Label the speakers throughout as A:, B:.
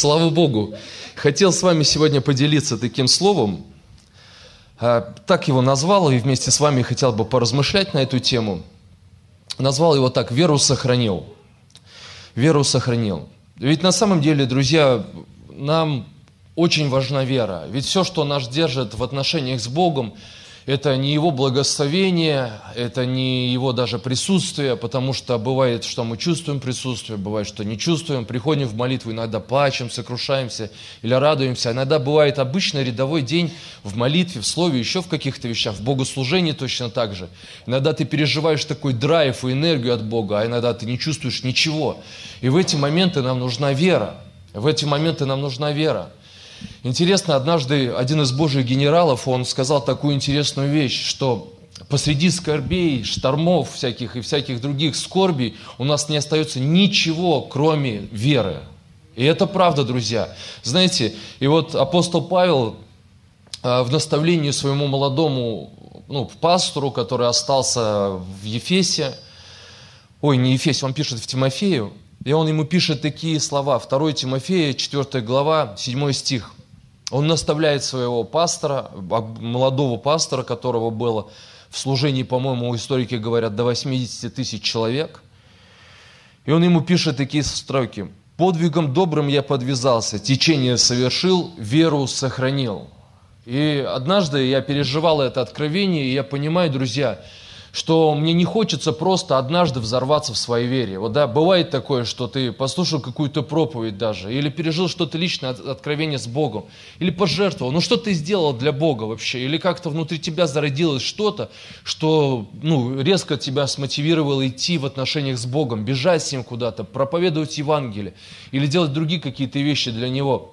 A: Слава Богу! Хотел с вами сегодня поделиться таким словом. Так его назвал, и вместе с вами хотел бы поразмышлять на эту тему. Назвал его так: «Веру сохранил». Веру сохранил. Ведь на самом деле, друзья, нам очень важна вера. Ведь все, что нас держит в отношениях с Богом, это не Его благословение, это не Его даже присутствие, потому что бывает, что мы чувствуем присутствие, бывает, что не чувствуем, приходим в молитву, иногда плачем, сокрушаемся или радуемся. Иногда бывает обычный рядовой день в молитве, в слове, еще в каких-то вещах, в богослужении точно так же. Иногда ты переживаешь такой драйв и энергию от Бога, а иногда ты не чувствуешь ничего. И в эти моменты нам нужна вера. В эти моменты нам нужна вера. Интересно, однажды один из Божьих генералов, он сказал такую интересную вещь, что посреди скорбей, штормов всяких и всяких других скорбей у нас не остается ничего, кроме веры. И это правда, друзья. Знаете, и вот апостол Павел в наставлении своему молодому пастору, который остался в Ефесе, не Ефесе, он пишет в Тимофею, и он ему пишет такие слова, 2 Тимофея, 4 глава, 7 стих. Он наставляет своего пастора, молодого пастора, которого было в служении, по-моему, историки говорят, до 80 тысяч человек. И он ему пишет такие строки. «Подвигом добрым я подвязался, течение совершил, веру сохранил». И однажды я переживал это откровение, и я понимаю, друзья, что мне не хочется просто однажды взорваться в своей вере. Бывает такое, что ты послушал какую-то проповедь даже, или пережил что-то личное откровение с Богом, или пожертвовал. Что ты сделал для Бога вообще? Или как-то внутри тебя зародилось что-то, что резко тебя смотивировало идти в отношениях с Богом, бежать с Ним куда-то, проповедовать Евангелие, или делать другие какие-то вещи для Него.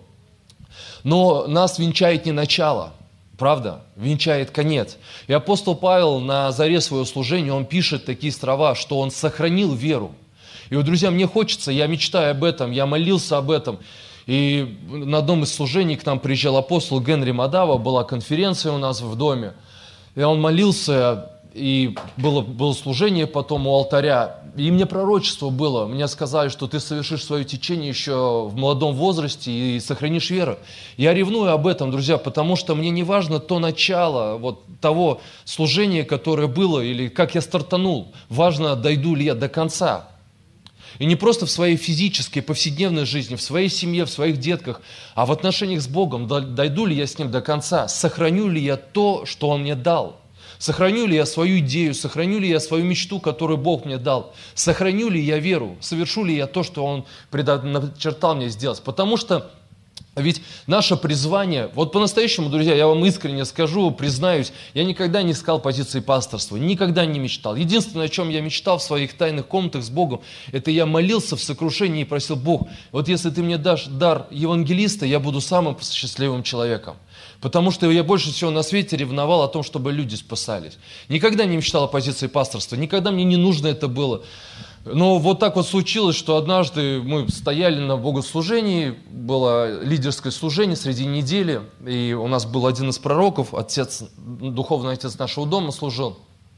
A: Но нас венчает не начало. Правда? Венчает конец. И апостол Павел на заре своего служения, он пишет такие слова, что он сохранил веру. И вот, друзья, мне хочется, я мечтаю об этом, я молился об этом. И на одном из служений к нам приезжал апостол Генри Мадава, была конференция у нас в доме. И он молился, и было служение потом у алтаря. И мне пророчество было, мне сказали, что ты совершишь свое течение еще в молодом возрасте и сохранишь веру. Я ревную об этом, друзья, потому что мне не важно то начало того служения, которое было, или как я стартанул. Важно, дойду ли я до конца. И не просто в своей физической, повседневной жизни, в своей семье, в своих детках, а в отношениях с Богом. Дойду ли я с Ним до конца? Сохраню ли я то, что Он мне дал? Сохраню ли я свою идею, сохраню ли я свою мечту, которую Бог мне дал? Сохраню ли я веру? Совершу ли я то, что Он начертал мне сделать? Потому что ведь наше призвание, по-настоящему, друзья, я вам искренне скажу, признаюсь, я никогда не искал позиции пасторства, никогда не мечтал. Единственное, о чем я мечтал в своих тайных комнатах с Богом, это я молился в сокрушении и просил: Бог, если ты мне дашь дар евангелиста, я буду самым счастливым человеком. Потому что я больше всего на свете ревновал о том, чтобы люди спасались. Никогда не мечтал о позиции пасторства, никогда мне не нужно это было. Но так случилось, что однажды мы стояли на богослужении, было лидерское служение среди недели, и у нас был один из пророков, духовный отец нашего дома служил.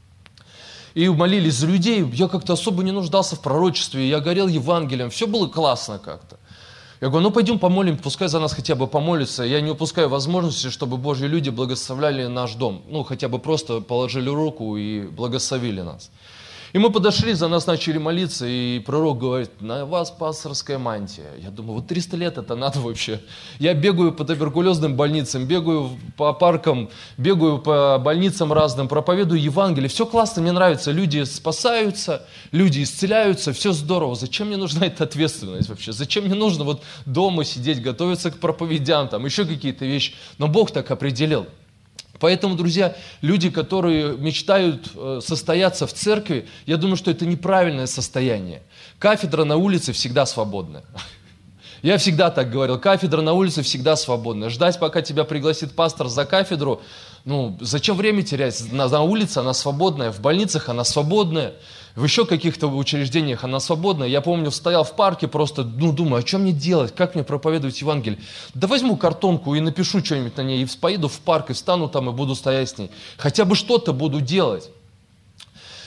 A: И молились за людей, я как-то особо не нуждался в пророчестве, я горел Евангелием, все было классно как-то. Я говорю, пойдем помолим, пускай за нас хотя бы помолятся. Я не упускаю возможности, чтобы Божьи люди благословляли наш дом. Хотя бы просто положили руку и благословили нас. И мы подошли, за нас начали молиться, и пророк говорит: на вас пасторская мантия. Я думаю, 300 лет это надо вообще. Я бегаю по туберкулезным больницам, бегаю по паркам, бегаю по больницам разным, проповедую Евангелие. Все классно, мне нравится. Люди спасаются, люди исцеляются, все здорово. Зачем мне нужна эта ответственность вообще? Зачем мне нужно дома сидеть, готовиться к проповедям, еще какие-то вещи? Но Бог так определил. Поэтому, друзья, люди, которые мечтают состояться в церкви, я думаю, что это неправильное состояние. Кафедра на улице всегда свободная. Я всегда так говорил, кафедра на улице всегда свободная. Ждать, пока тебя пригласит пастор за кафедру, зачем время терять? На улице она свободная, в больницах она свободная, в еще каких-то учреждениях она свободная. Я помню, стоял в парке, просто думаю, а что мне делать, как мне проповедовать Евангелие? Да возьму картонку и напишу что-нибудь на ней, и поеду в парк, и встану там, и буду стоять с ней. Хотя бы что-то буду делать.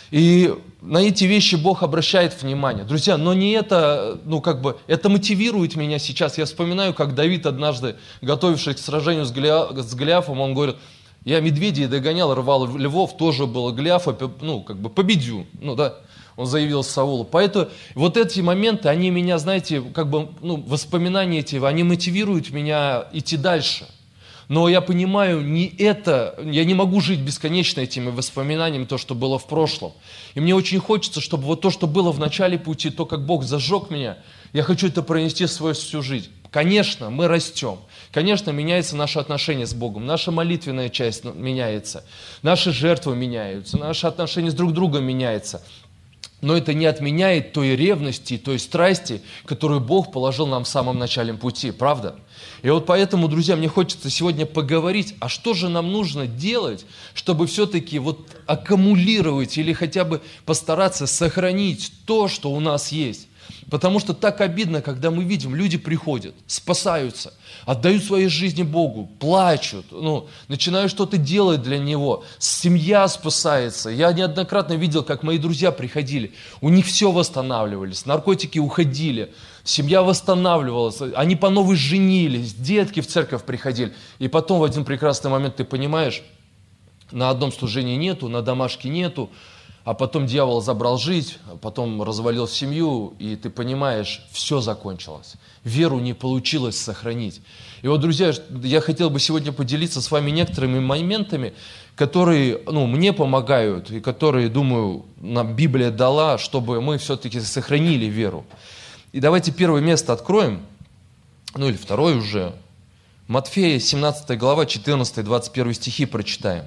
A: И на эти вещи Бог обращает внимание. Друзья, но не это, это мотивирует меня сейчас. Я вспоминаю, как Давид однажды, готовившись к сражению с Голиафом, он говорит: я медведей догонял, рвал львов, тоже было Голиафа, победю. Он заявил Саулу. Поэтому вот эти моменты, они меня, знаете, воспоминания эти, они мотивируют меня идти дальше. Но я понимаю, я не могу жить бесконечно этими воспоминаниями, то, что было в прошлом. И мне очень хочется, чтобы вот то, что было в начале пути, то, как Бог зажег меня, я хочу это пронести в свою всю жизнь. Конечно, мы растем. Конечно, меняется наше отношение с Богом. Наша молитвенная часть меняется. Наши жертвы меняются. Наши отношения с друг другом меняются. Но это не отменяет той ревности, той страсти, которую Бог положил нам в самом начале пути, правда? И вот поэтому, друзья, мне хочется сегодня поговорить, а что же нам нужно делать, чтобы все-таки аккумулировать или хотя бы постараться сохранить то, что у нас есть. Потому что так обидно, когда мы видим, люди приходят, спасаются, отдают свои жизни Богу, плачут, начинают что-то делать для Него, семья спасается. Я неоднократно видел, как мои друзья приходили, у них все восстанавливались, наркотики уходили, семья восстанавливалась, они по новой женились, детки в церковь приходили. И потом в один прекрасный момент ты понимаешь, на одном служении нету, на домашке нету, а потом дьявол забрал жить, а потом развалил семью, и ты понимаешь, все закончилось. Веру не получилось сохранить. И вот, друзья, я хотел бы сегодня поделиться с вами некоторыми моментами, которые мне помогают, и которые, думаю, нам Библия дала, чтобы мы все-таки сохранили веру. И давайте первое место откроем, или второе уже. Матфея, 17 глава, 14-21 стихи прочитаем.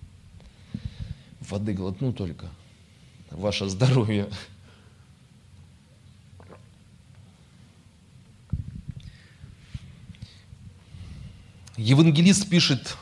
A: Воды глотну только. Ваше здоровье. Евангелист пишет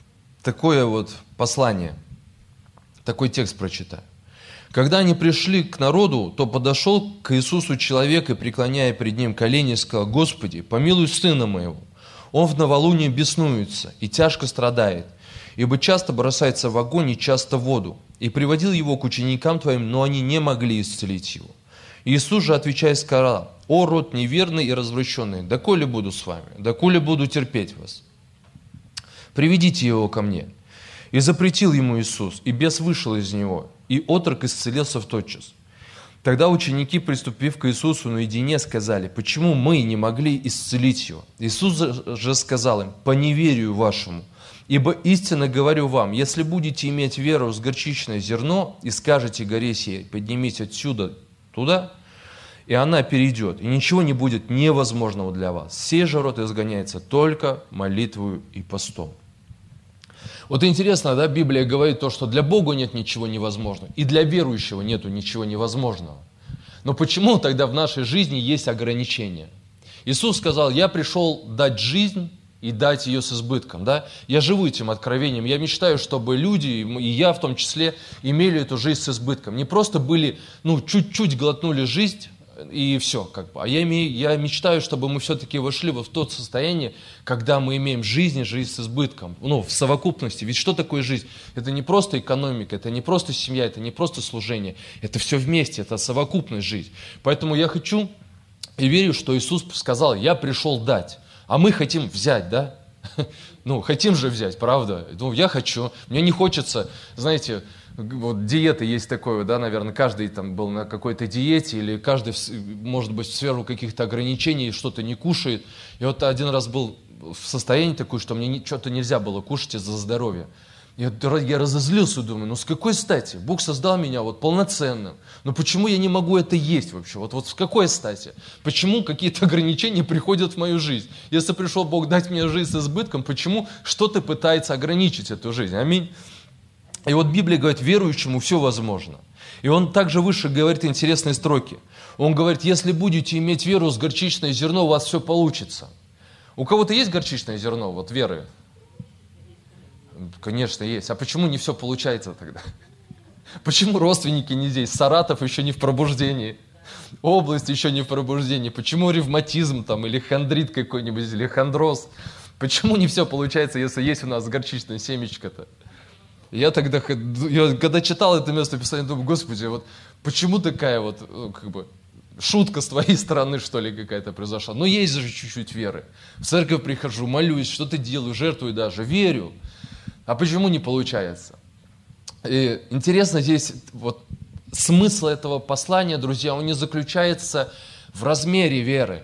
A: такое послание, такой текст прочитаю. Когда они пришли к народу, то подошел к Иисусу человек и, преклоняя пред ним колени, сказал: «Господи, помилуй сына моего, он в новолуние беснуется и тяжко страдает, ибо часто бросается в огонь и часто в воду. И приводил его к ученикам твоим, но они не могли исцелить его». Иисус же, отвечая, сказал: «О, род неверный и развращенный, доколе буду с вами, доколе буду терпеть вас? Приведите его ко мне». И запретил ему Иисус, и бес вышел из него, и отрок исцелился втотчас. Тогда ученики, приступив к Иисусу наедине, сказали: «Почему мы не могли исцелить его?» Иисус же сказал им: «По неверию вашему. Ибо истинно говорю вам, если будете иметь веру с горчичное зерно, и скажете горе сей: поднимись отсюда туда, и она перейдет, и ничего не будет невозможного для вас. Сей же род изгоняется только молитвою и постом». Вот интересно, да, Библия говорит то, что для Бога нет ничего невозможного, и для верующего нету ничего невозможного. Но почему тогда в нашей жизни есть ограничения? Иисус сказал: «Я пришел дать жизнь и дать ее с избытком». Да? Я живу этим откровением. Я мечтаю, чтобы люди, и я в том числе, имели эту жизнь с избытком. Не просто были, чуть-чуть глотнули жизнь, и все. А я мечтаю, чтобы мы все-таки вошли в то состояние, когда мы имеем жизнь с избытком, в совокупности. Ведь что такое жизнь? Это не просто экономика, это не просто семья, это не просто служение. Это все вместе, это совокупность жизнь. Поэтому я хочу и верю, что Иисус сказал: «Я пришел дать». А мы хотим взять, да? Хотим же взять, правда? Я хочу. Мне не хочется, знаете, диета есть такое, да, наверное, каждый там был на какой-то диете, или каждый, может быть, в сферу каких-то ограничений что-то не кушает. И один раз был в состоянии такое, что мне что-то нельзя было кушать из-за здоровья. Я разозлился, думаю, с какой стати? Бог создал меня полноценным. Но почему я не могу это есть вообще? Вот с какой стати? Почему какие-то ограничения приходят в мою жизнь? Если пришел Бог дать мне жизнь с избытком, почему что-то пытается ограничить эту жизнь? Аминь. И Библия говорит: верующему все возможно. И он также выше говорит интересные строки. Он говорит: если будете иметь веру с горчичное зерно, у вас все получится. У кого-то есть горчичное зерно, веры? Конечно, есть. А почему не все получается тогда? Почему родственники не здесь? Саратов еще не в пробуждении. Область еще не в пробуждении. Почему ревматизм или хондрит какой-нибудь, или хондроз? Почему не все получается, если есть у нас горчичное семечко-то? Я тогда, когда читал это место Писания, думаю, Господи, вот почему такая вот, шутка с твоей стороны, что ли, какая-то произошла? Ну, есть же чуть-чуть веры. В церковь прихожу, молюсь, что-то делаю, жертвую даже, верю. А почему не получается? И интересно здесь, вот смысл этого послания, друзья, он не заключается в размере веры.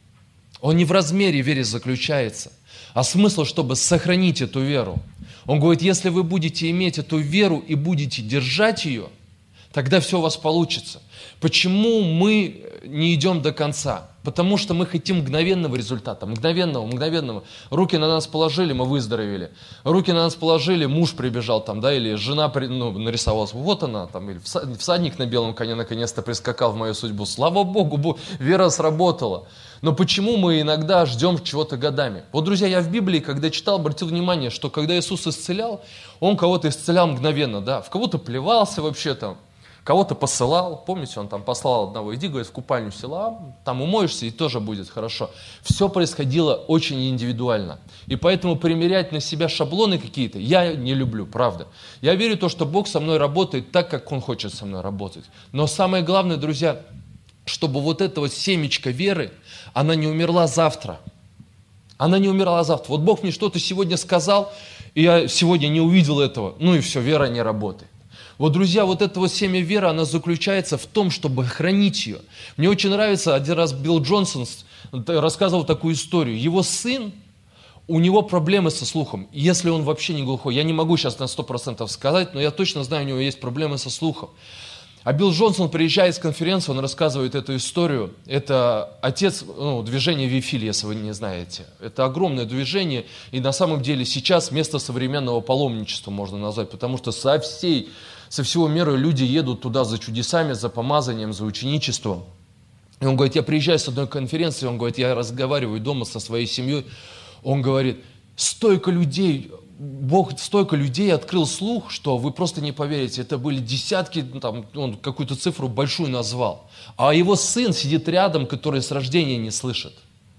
A: Он не в размере веры заключается, а смысл, чтобы сохранить эту веру. Он говорит, если вы будете иметь эту веру и будете держать ее, тогда все у вас получится. Почему мы не идем до конца? Потому что мы хотим мгновенного результата, мгновенного. Руки на нас положили, мы выздоровели. Руки на нас положили, муж прибежал там, да, или жена нарисовалась. Вот она там, или всадник на белом коне наконец-то прискакал в мою судьбу. Слава Богу, вера сработала. Но почему мы иногда ждем чего-то годами? Вот, друзья, я в Библии, когда читал, обратил внимание, что когда Иисус исцелял, Он кого-то исцелял мгновенно, да, в кого-то плевался вообще там, кого-то посылал, помните, Он там послал одного, иди, говорит, в купальню села, там умоешься и тоже будет хорошо. Все происходило очень индивидуально. И поэтому примерять на себя шаблоны какие-то я не люблю, правда. Я верю в то, что Бог со мной работает так, как Он хочет со мной работать. Но самое главное, друзья, чтобы вот эта вот семечко веры, она не умерла завтра. Она не умерла завтра. Вот Бог мне что-то сегодня сказал, и я сегодня не увидел этого. Ну и все, вера не работает. Вот, друзья, вот это вот семя веры, она заключается в том, чтобы хранить ее. Мне очень нравится, один раз Билл Джонсон рассказывал такую историю. Его сын, у него проблемы со слухом, если он вообще не глухой. Я не могу сейчас на 100% сказать, но я точно знаю, у него есть проблемы со слухом. А Билл Джонсон приезжает с конференции, он рассказывает эту историю. Это отец движения Вифиль, если вы не знаете. Это огромное движение, и на самом деле сейчас место современного паломничества можно назвать, потому что со всего мира люди едут туда за чудесами, за помазанием, за ученичеством. И он говорит, я приезжаю с одной конференции, он говорит, я разговариваю дома со своей семьей, он говорит, Бог столько людей открыл слух, что вы просто не поверите. Это были десятки, там, он какую-то цифру большую назвал. А его сын сидит рядом, который с рождения не слышит.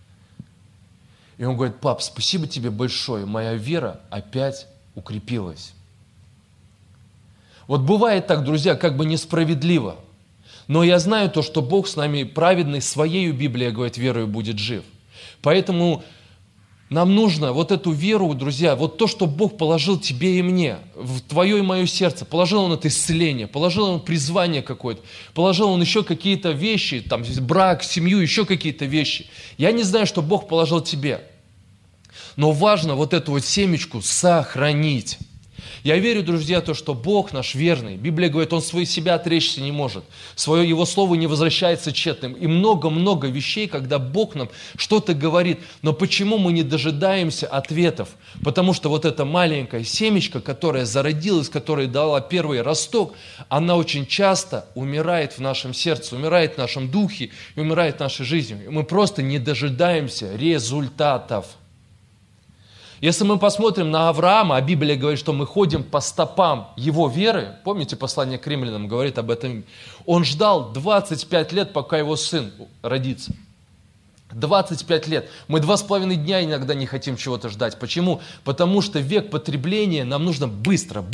A: И он говорит, пап, спасибо тебе большое, моя вера опять укрепилась. Вот бывает так, друзья, как бы несправедливо. Но я знаю то, что Бог с нами праведный, своею Библией, говорит, верою будет жив. Поэтому нам нужно вот эту веру, друзья, вот то, что Бог положил тебе и мне, в твое и мое сердце, положил Он это исцеление, положил Он призвание какое-то, положил Он еще какие-то вещи, там, брак, семью, еще какие-то вещи. Я не знаю, что Бог положил тебе, но важно вот эту вот семечку сохранить. Я верю, друзья, то, что Бог наш верный. Библия говорит, Он себя отречься не может. Его слово не возвращается тщетным. И много-много вещей, когда Бог нам что-то говорит. Но почему мы не дожидаемся ответов? Потому что вот эта маленькая семечка, которая зародилась, которая дала первый росток, она очень часто умирает в нашем сердце, умирает в нашем духе и умирает в нашей жизни. И мы просто не дожидаемся результатов. Если мы посмотрим на Авраама, а Библия говорит, что мы ходим по стопам его веры, помните, послание к римлянам говорит об этом, он ждал 25 лет, пока его сын родится. 25 лет. Мы 2,5 дня иногда не хотим чего-то ждать. Почему? Потому что век потребления нам нужно быстро.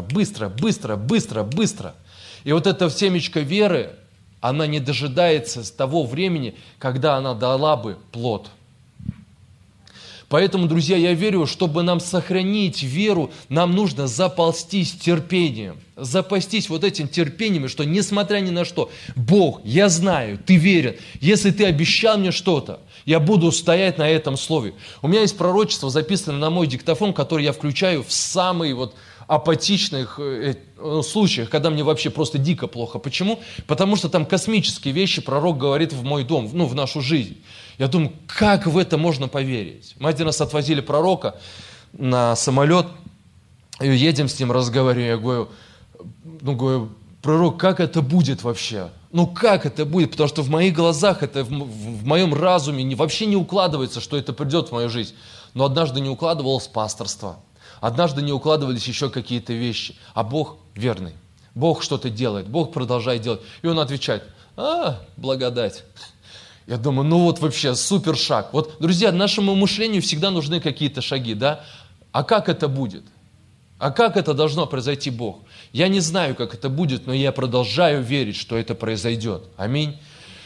A: И вот эта семечка веры, она не дожидается с того времени, когда она дала бы плод. Поэтому, друзья, я верю, чтобы нам сохранить веру, нам нужно заползтись терпением. Запастись вот этим терпением, что несмотря ни на что, Бог, я знаю, Ты верен. Если Ты обещал мне что-то, я буду стоять на этом слове. У меня есть пророчество, записанное на мой диктофон, который я включаю в самые апатичных случаях, когда мне вообще просто дико плохо. Почему? Потому что там космические вещи пророк говорит в мой дом, в нашу жизнь. Я думаю, как в это можно поверить? Мы один раз отвозили пророка на самолет, и едем с ним, разговариваем, я говорю, пророк, как это будет вообще? Как это будет? Потому что в моих глазах, это в моем разуме вообще не укладывается, что это придет в мою жизнь. Но однажды не укладывалось пасторство. Однажды не укладывались еще какие-то вещи. А Бог верный. Бог что-то делает. Бог продолжает делать. И Он отвечает, благодать. Я думаю, вообще супер шаг. Друзья, нашему мышлению всегда нужны какие-то шаги, да? А как это будет? А как это должно произойти, Бог? Я не знаю, как это будет, но я продолжаю верить, что это произойдет. Аминь.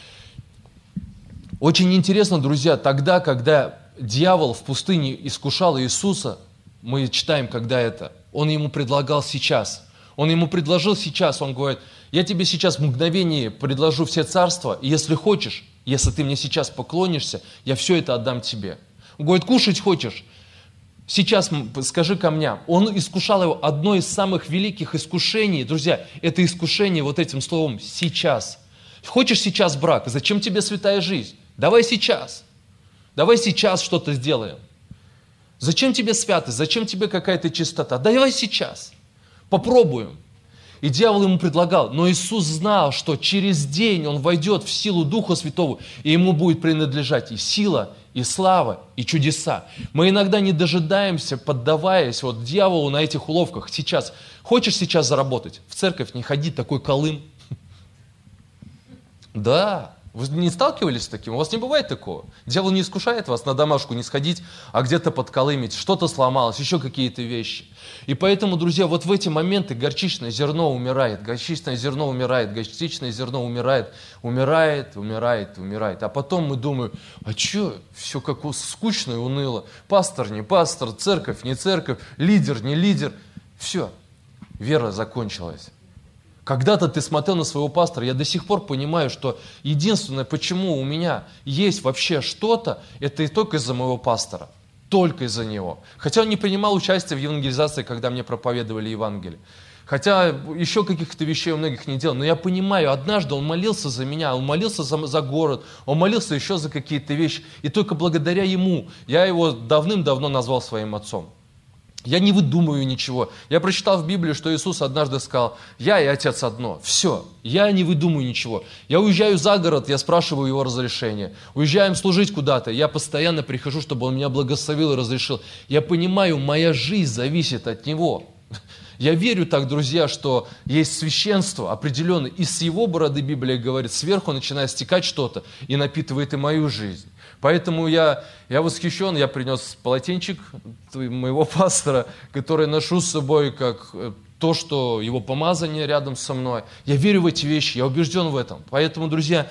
A: Очень интересно, друзья, тогда, когда дьявол в пустыне искушал Иисуса, мы читаем, когда это, он ему предлагал сейчас. Он ему предложил сейчас, он говорит, я тебе сейчас в мгновение предложу все царства, и если хочешь, если ты мне сейчас поклонишься, я все это отдам тебе. Он говорит, кушать хочешь? Сейчас скажи камням. Он искушал его. Одно из самых великих искушений, друзья, это искушение вот этим словом «сейчас». Хочешь сейчас брак? Зачем тебе святая жизнь? Давай сейчас. Давай сейчас что-то сделаем. Зачем тебе святость? Зачем тебе какая-то чистота? Давай сейчас. Попробуем. И дьявол ему предлагал, но Иисус знал, что через день он войдет в силу Духа Святого, и ему будет принадлежать и сила, и слава, и чудеса. Мы иногда не дожидаемся, поддаваясь вот дьяволу на этих уловках. Сейчас. Хочешь сейчас заработать? В церковь не ходи, такой колым. Да. Вы не сталкивались с таким? У вас не бывает такого? Дьявол не искушает вас на домашку не сходить, а где-то подколымить, что-то сломалось, еще какие-то вещи. И поэтому, друзья, вот в эти моменты горчичное зерно умирает, горчичное зерно умирает, горчичное зерно умирает, умирает, умирает, умирает. А потом мы думаем, а что, все как скучно и уныло. Пастор, не пастор, церковь, не церковь, лидер, не лидер. Все, вера закончилась. Когда-то ты смотрел на своего пастора, я до сих пор понимаю, что единственное, почему у меня есть вообще что-то, это и только из-за моего пастора. Только из-за него. Хотя он не принимал участия в евангелизации, когда мне проповедовали Евангелие. Хотя еще каких-то вещей у многих не делал. Но я понимаю, однажды он молился за меня, он молился за город, он молился еще за какие-то вещи. И только благодаря ему я его давным-давно назвал своим отцом. Я не выдумываю ничего. Я прочитал в Библии, что Иисус однажды сказал, я и Отец одно. Все, я не выдумываю ничего. Я уезжаю за город, я спрашиваю его разрешения. Уезжаем служить куда-то, я постоянно прихожу, чтобы он меня благословил и разрешил. Я понимаю, моя жизнь зависит от него. Я верю так, друзья, что есть священство определенное, и с его бороды Библия говорит, сверху начинает стекать что-то и напитывает и мою жизнь. Поэтому я восхищен, я принес полотенчик моего пастора, который ношу с собой как то, что его помазание рядом со мной. Я верю в эти вещи, я убежден в этом. Поэтому, друзья,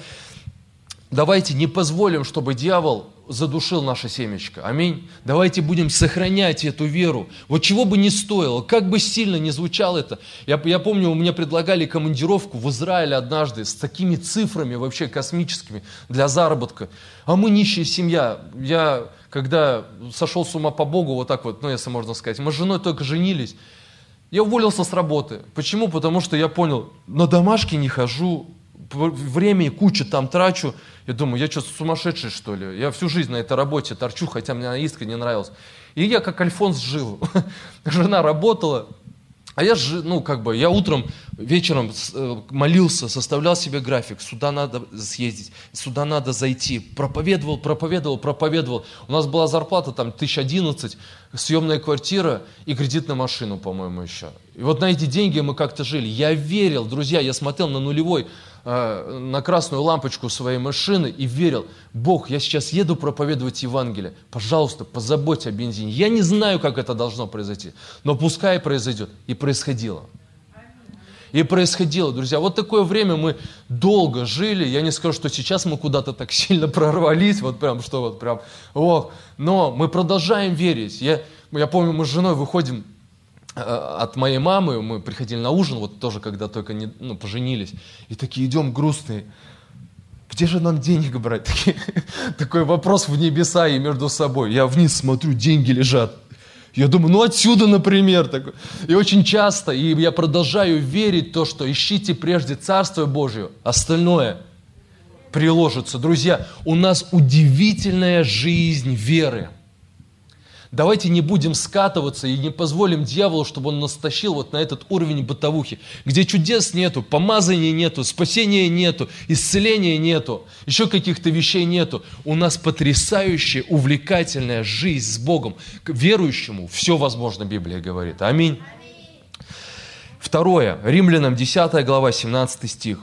A: давайте не позволим, чтобы дьявол задушил наше семечко. Аминь. Давайте будем сохранять эту веру. Вот чего бы ни стоило, как бы сильно ни звучало это. Я помню, мне предлагали командировку в Израиль однажды с такими цифрами вообще космическими для заработка. А мы нищая семья. Я, когда сошел с ума по Богу, вот так вот, если можно сказать, мы с женой только женились, я уволился с работы. Почему? Потому что я понял, на домашки не хожу, времени кучу там трачу. Я думаю, я что, сумасшедший, что ли? Я всю жизнь на этой работе торчу, хотя мне она искренне нравилась. И я как Альфонс жил. Жена работала, а я утром, вечером молился, составлял себе график. Сюда надо съездить, сюда надо зайти. Проповедовал. У нас была зарплата там 1011, съемная квартира и кредит на машину, по-моему, еще. И вот на эти деньги мы как-то жили. Я верил, друзья, я смотрел на нулевой, на красную лампочку своей машины и верил, Бог, я сейчас еду проповедовать Евангелие, пожалуйста, позаботься о бензине. Я не знаю, как это должно произойти, но пускай произойдет. И происходило. И происходило, друзья. Вот такое время мы долго жили. Я не скажу, что сейчас мы куда-то так сильно прорвались, но мы продолжаем верить. Я помню, мы с женой выходим от моей мамы, мы приходили на ужин, вот тоже, когда только поженились, и такие идем грустные. Где же нам денег брать? Такой вопрос в небеса и между собой. Я вниз смотрю, деньги лежат. Я думаю, отсюда, например. И очень часто, и я продолжаю верить в то, что ищите прежде Царство Божие, остальное приложится. Друзья, у нас удивительная жизнь веры. Давайте не будем скатываться и не позволим дьяволу, чтобы он нас тащил вот на этот уровень бытовухи, где чудес нету, помазания нету, спасения нету, исцеления нету, еще каких-то вещей нету. У нас потрясающая, увлекательная жизнь с Богом. К верующему все возможно, Библия говорит. Аминь. Второе. Римлянам 10 глава, 17 стих.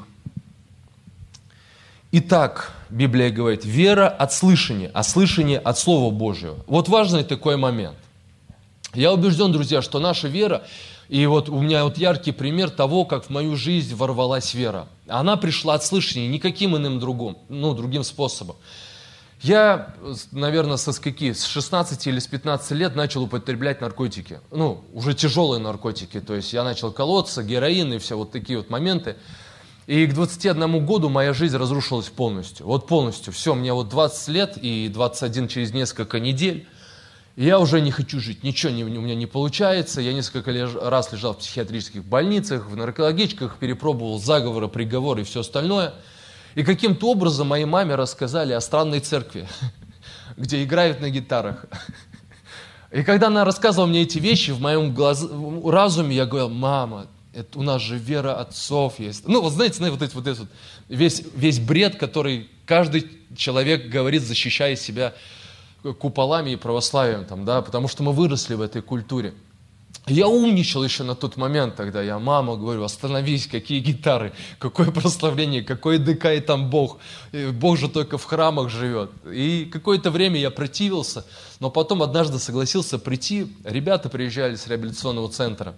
A: Итак, Библия говорит, вера от слышания, а слышание от Слова Божьего. Вот важный такой момент. Я убежден, друзья, что наша вера, и вот у меня вот яркий пример того, как в мою жизнь ворвалась вера. Она пришла от слышания, никаким иным другим способом. Я, наверное, с 16 или с 15 лет начал употреблять наркотики. Уже тяжелые наркотики. То есть я начал колоться, героин и все вот такие вот моменты. И к 21 году моя жизнь разрушилась полностью. Вот полностью. Все, мне вот 20 лет и 21 через несколько недель. И я уже не хочу жить, ничего у меня не получается. Я несколько раз лежал в психиатрических больницах, в наркологичках, перепробовал заговоры, приговоры и все остальное. И каким-то образом моей маме рассказали о странной церкви, где играют на гитарах. И когда она рассказывала мне эти вещи, в моем разуме я говорил: мама, это у нас же вера отцов есть. Знаете, весь бред, который каждый человек говорит, защищая себя куполами и православием, потому что мы выросли в этой культуре. Я умничал еще на тот момент тогда. Я мама говорю: остановись, какие гитары, какое прославление, какой ДК и там Бог. Бог же только в храмах живет. И какое-то время я противился, но потом однажды согласился прийти. Ребята приезжали с реабилитационного центра.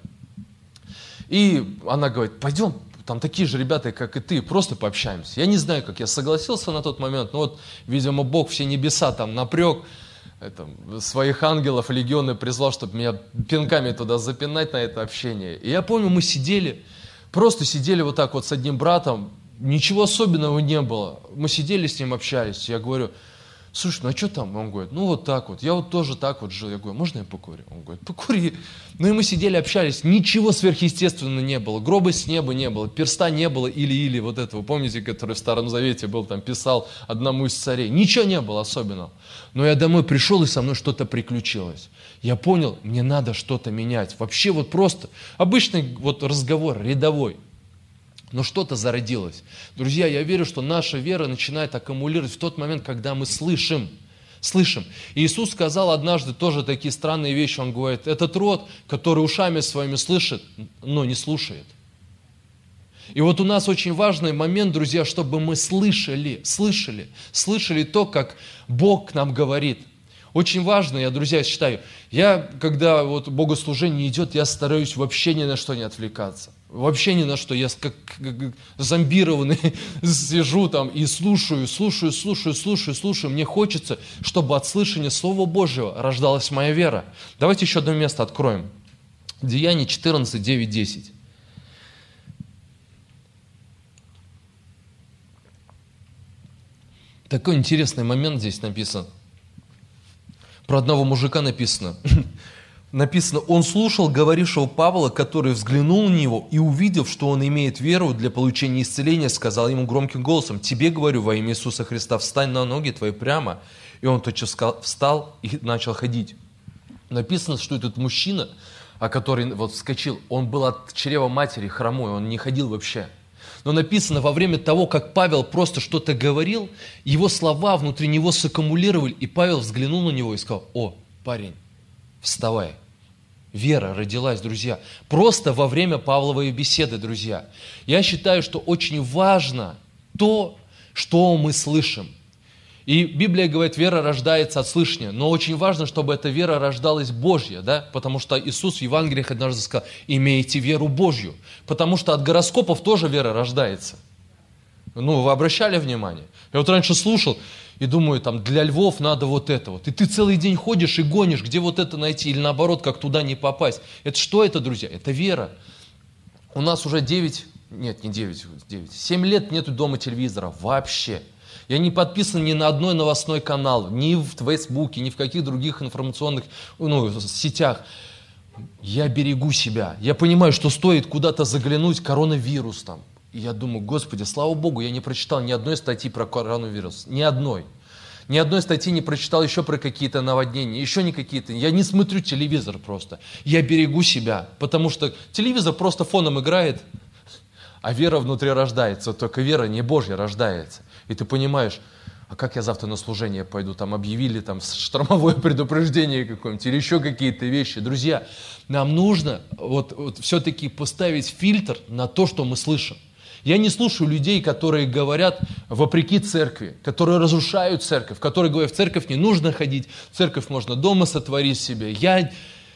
A: И она говорит: пойдем, там такие же ребята, как и ты, просто пообщаемся. Я не знаю, как я согласился на тот момент, но видимо, Бог все небеса там напряг, своих ангелов, легионы призвал, чтобы меня пинками туда запинать на это общение. И я помню, мы просто сидели вот так вот с одним братом, ничего особенного не было. Мы сидели с ним, общались. Я говорю: слушай, а что там? Он говорит: вот так вот. Я вот тоже так вот жил. Я говорю: можно я покурю? Он говорит: покури. И мы сидели, общались. Ничего сверхъестественного не было. Гроба с неба не было. Перста не было. Или вот этого, помните, который в Старом Завете был, писал одному из царей. Ничего не было особенного. Но я домой пришел, и со мной что-то приключилось. Я понял, мне надо что-то менять. Вообще просто обычный разговор, рядовой. Но что-то зародилось. Друзья, я верю, что наша вера начинает аккумулировать в тот момент, когда мы слышим. И Иисус сказал однажды тоже такие странные вещи. Он говорит: этот род, который ушами своими слышит, но не слушает. И у нас очень важный момент, друзья, чтобы мы слышали то, как Бог к нам говорит. Очень важно, я, друзья, считаю, когда богослужение идет, я стараюсь вообще ни на что не отвлекаться. Вообще ни на что. Я как зомбированный сижу и слушаю. Мне хочется, чтобы от слышания Слова Божьего рождалась моя вера. Давайте еще одно место откроем. Деяния 14, 9, 10. Такой интересный момент здесь написан. Про одного мужика написано. Написано: он слушал говорившего Павла, который взглянул на него и, увидев, что он имеет веру для получения исцеления, сказал ему громким голосом: тебе говорю во имя Иисуса Христа, встань на ноги твои прямо. И он тотчас встал и начал ходить. Написано, что этот мужчина, который вскочил, он был от чрева матери хромой, он не ходил вообще. Но написано, во время того, как Павел просто что-то говорил, его слова внутри него саккумулировали, и Павел взглянул на него и сказал: о, парень, вставай. Вера родилась, друзья. Просто во время Павловой беседы, друзья. Я считаю, что очень важно то, что мы слышим. И Библия говорит, вера рождается от слышания. Но очень важно, чтобы эта вера рождалась Божья, да? Потому что Иисус в Евангелиях однажды сказал: имейте веру Божью. Потому что от гороскопов тоже вера рождается. Вы обращали внимание? Я раньше слушал и думаю, для львов надо это. И ты целый день ходишь и гонишь, где это найти, или наоборот, как туда не попасть. Это что это, друзья? Это вера. У нас уже 7 лет нету дома телевизора вообще. Я не подписан ни на одной новостной канал, ни в Фейсбуке, ни в каких других информационных сетях. Я берегу себя. Я понимаю, что стоит куда-то заглянуть, коронавирус там. И я думаю: Господи, слава Богу, я не прочитал ни одной статьи про коронавирус. Ни одной. Ни одной статьи не прочитал еще про какие-то наводнения, еще не какие-то. Я не смотрю телевизор просто. Я берегу себя, потому что телевизор просто фоном играет, а вера внутри рождается. Только вера не Божья рождается. И ты понимаешь: а как я завтра на служение пойду? Там объявили штормовое предупреждение какое-нибудь или еще какие-то вещи. Друзья, нам нужно все-таки поставить фильтр на то, что мы слышим. Я не слушаю людей, которые говорят вопреки церкви, которые разрушают церковь, которые говорят: в церковь не нужно ходить, в церковь можно дома сотворить себе.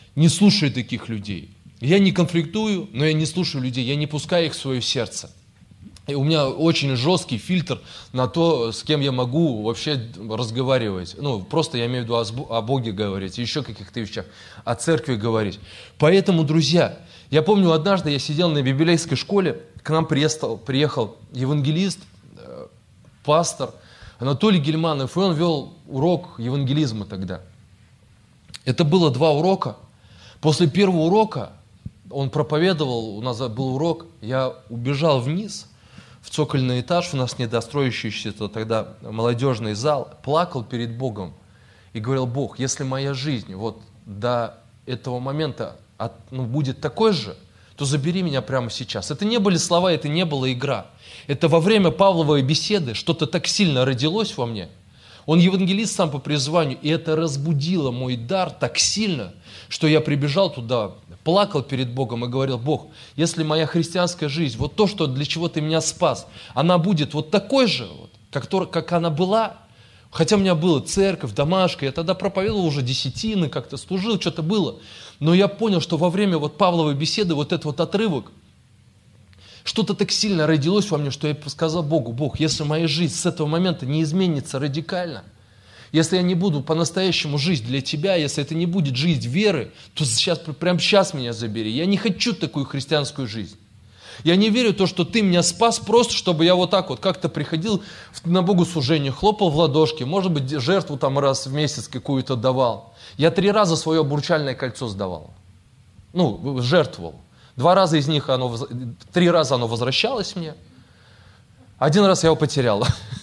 A: Не слушай таких людей. Я не конфликтую, но я не слушаю людей, я не пускаю их в свое сердце. И у меня очень жесткий фильтр на то, с кем я могу вообще разговаривать. Ну, просто я имею в виду о Боге говорить, еще каких-то вещах, о церкви говорить. Поэтому, друзья, я помню, однажды я сидел на библейской школе, к нам приехал евангелист, пастор Анатолий Гельманов, и он вел урок евангелизма тогда. Это было 2 урока. После первого урока он проповедовал, у нас был урок, я убежал вниз, в цокольный этаж, у нас недостроящийся тогда молодежный зал, плакал перед Богом и говорил: Бог, если моя жизнь вот до этого момента будет такой же, то забери меня прямо сейчас. Это не были слова, это не была игра. Это во время Павловой беседы что-то так сильно родилось во мне. Он евангелист сам по призванию, и это разбудило мой дар так сильно, что я прибежал туда, плакал перед Богом и говорил: Бог, если моя христианская жизнь, вот то, для чего Ты меня спас, она будет вот такой же, как она была, хотя у меня была церковь, домашка, я тогда проповедовал уже десятины, как-то служил, что-то было, но я понял, что во время Павловой беседы этот отрывок, что-то так сильно родилось во мне, что я сказал Богу: Бог, если моя жизнь с этого момента не изменится радикально, если я не буду по-настоящему жить для Тебя, если это не будет жизнь веры, то прямо сейчас меня забери. Я не хочу такую христианскую жизнь. Я не верю в то, что Ты меня спас просто, чтобы я вот так вот как-то приходил на богослужение, хлопал в ладошки, может быть, жертву там раз в месяц какую-то давал. Я 3 раза свое обручальное кольцо сдавал. Жертвовал. 2 раза из них, 3 раза оно возвращалось мне. 1 раз я его потерял.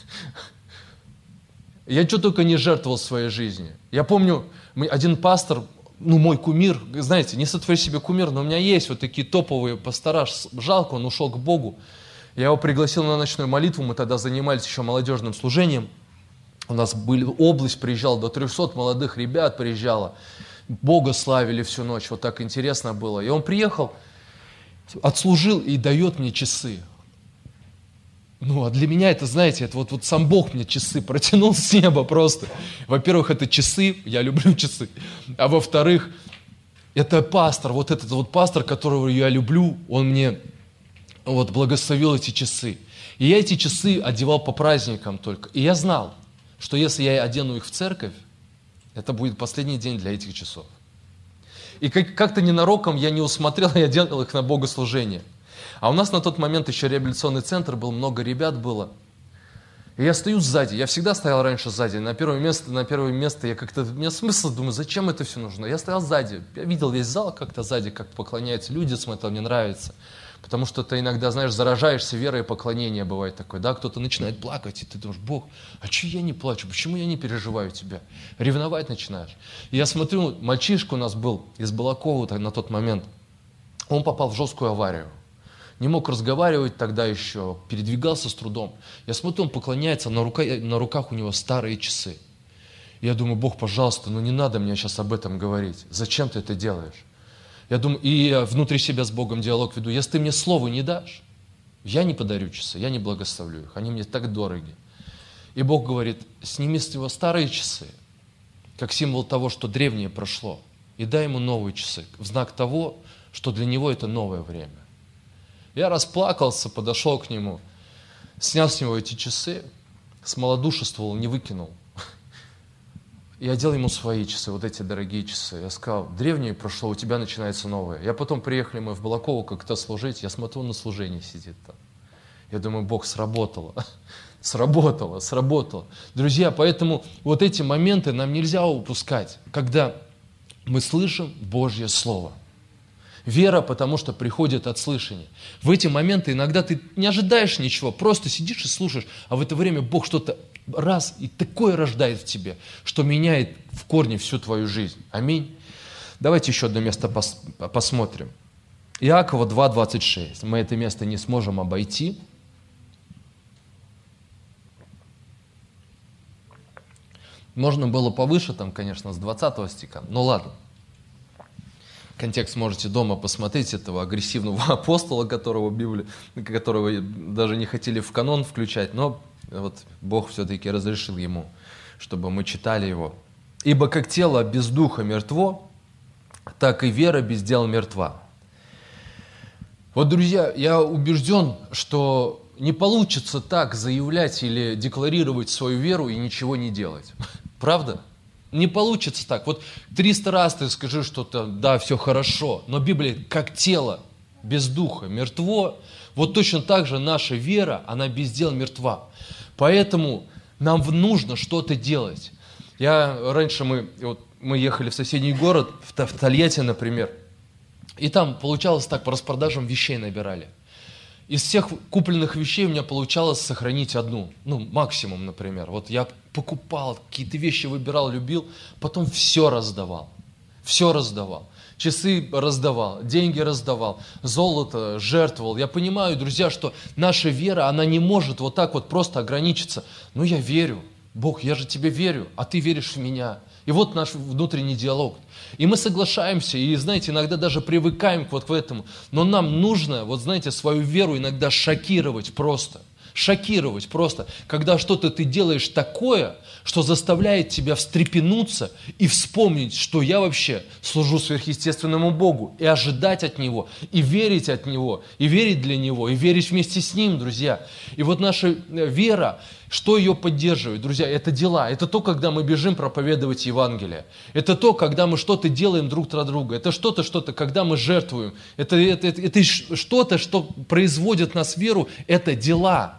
A: Я что только не жертвовал в своей жизни. Я помню, один пастор, мой кумир, знаете, не сотвори себе кумир, но у меня есть вот такие топовые пастора, жалко, он ушел к Богу. Я его пригласил на ночную молитву, мы тогда занимались еще молодежным служением. У нас область приезжала, до 300 молодых ребят приезжало. Бога славили всю ночь, вот так интересно было. И он приехал, отслужил и дает мне часы. А для меня это, знаете, это вот сам Бог мне часы протянул с неба просто. Во-первых, это часы, я люблю часы. А во-вторых, это пастор, вот этот вот пастор, которого я люблю, он мне благословил эти часы. И я эти часы одевал по праздникам только. И я знал, что если я одену их в церковь, это будет последний день для этих часов. И как-то ненароком я не усмотрел, я делал их на богослужение. А у нас на тот момент еще реабилитационный центр был, много ребят было. И я стою сзади, я всегда стоял раньше сзади, на первое место я как-то, у меня смысл, думаю, зачем это все нужно? Я стоял сзади, я видел весь зал как-то сзади, как поклоняются люди, это мне нравится. Потому что ты иногда, знаешь, заражаешься верой и поклонением, бывает такое, да, кто-то начинает плакать, и ты думаешь: Бог, а че я не плачу, почему я не переживаю тебя? Ревновать начинаешь. И я смотрю, мальчишка у нас был из Балакова на тот момент, он попал в жесткую аварию. Не мог разговаривать тогда еще, передвигался с трудом. Я смотрю, он поклоняется, на руках у него старые часы. Я думаю: Бог, пожалуйста, не надо мне сейчас об этом говорить. Зачем ты это делаешь? Я думаю, и я внутри себя с Богом диалог веду. Если ты мне слова не дашь, я не подарю часы, я не благословлю их. Они мне так дороги. И Бог говорит: сними с него старые часы, как символ того, что древнее прошло, и дай ему новые часы, в знак того, что для него это новое время. Я расплакался, подошел к нему, снял с него эти часы, смолодушествовал, не выкинул. И одел ему свои часы, вот эти дорогие часы. Я сказал: древнее прошло, у тебя начинается новое. Приехали мы в Балаково как-то служить, я смотрю, на служении сидит там. Я думаю: Бог, сработало. Сработало. Друзья, поэтому вот эти моменты нам нельзя упускать, когда мы слышим Божье Слово. Вера, потому что приходит от слышания. В эти моменты иногда ты не ожидаешь ничего, просто сидишь и слушаешь, а в это время Бог что-то раз и такое рождает в тебе, что меняет в корне всю твою жизнь. Аминь. Давайте еще одно место посмотрим. Иакова 2:26. Мы это место не сможем обойти. Можно было повыше, конечно, с 20 стиха, но ладно. Контекст можете дома посмотреть этого агрессивного апостола, которого даже не хотели в канон включать, но Бог все-таки разрешил ему, чтобы мы читали его. «Ибо как тело без духа мертво, так и вера без дел мертва. Вот, друзья, я убежден, что не получится так заявлять или декларировать свою веру и ничего не делать. Правда? Не получится так. Вот 300 раз ты скажи что-то, да, все хорошо, но Библия как тело без духа мертво, вот точно так же наша вера, она без дел мертва. Поэтому нам нужно что-то делать. Раньше мы ехали в соседний город, в Тольятти, например, и там получалось так, по распродажам вещей набирали. Из всех купленных вещей у меня получалось сохранить одну, максимум, например. Вот я покупал, какие-то вещи выбирал, любил, потом все раздавал. Все раздавал. Часы раздавал, деньги раздавал, золото жертвовал. Я понимаю, друзья, что наша вера, она не может вот так вот просто ограничиться. Я верю. Бог, я же тебе верю, а ты веришь в меня. И вот наш внутренний диалог. И мы соглашаемся, и, знаете, иногда даже привыкаем вот к этому. Но нам нужно, свою веру иногда шокировать просто. Шокировать просто. Когда что-то ты делаешь такое, что заставляет тебя встрепенуться и вспомнить, что я вообще служу сверхъестественному Богу, и ожидать от Него, и верить от Него, и верить для Него, и верить вместе с Ним, друзья. И вот наша вера, что ее поддерживает, друзья, это дела. Это то, когда мы бежим проповедовать Евангелие. Это то, когда мы что-то делаем друг для друга. Это что-то, когда мы жертвуем. Это что-то, что производит нас веру, это дела.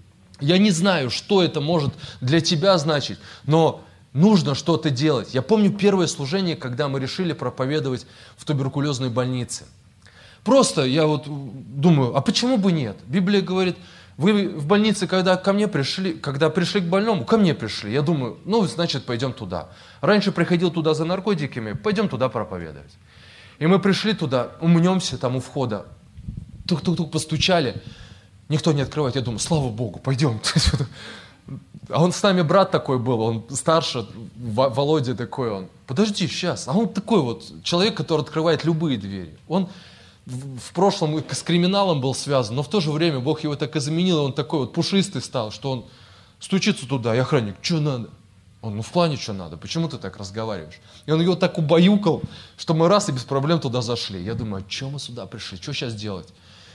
A: Я не знаю, что это может для тебя значить, но нужно что-то делать. Я помню первое служение, когда мы решили проповедовать в туберкулезной больнице. Просто я думаю, а почему бы нет? Библия говорит, вы в больнице, когда пришли к больному, ко мне пришли. Я думаю, значит, пойдем туда. Раньше приходил туда за наркотиками, пойдем туда проповедовать. И мы пришли туда, умнемся там у входа. Тук-тук-тук постучали. Никто не открывает. Я думаю, слава Богу, пойдем. А он с нами брат такой был, он старше, Володя такой он. Подожди, сейчас. А он такой человек, который открывает любые двери. Он в прошлом с криминалом был связан, но в то же время Бог его так и заменил, и он такой пушистый стал, что он стучится туда, и охранник, что надо? Он, в плане, что надо, почему ты так разговариваешь? И он его так убаюкал, что мы раз и без проблем туда зашли. Я думаю, а что мы сюда пришли, что сейчас делать?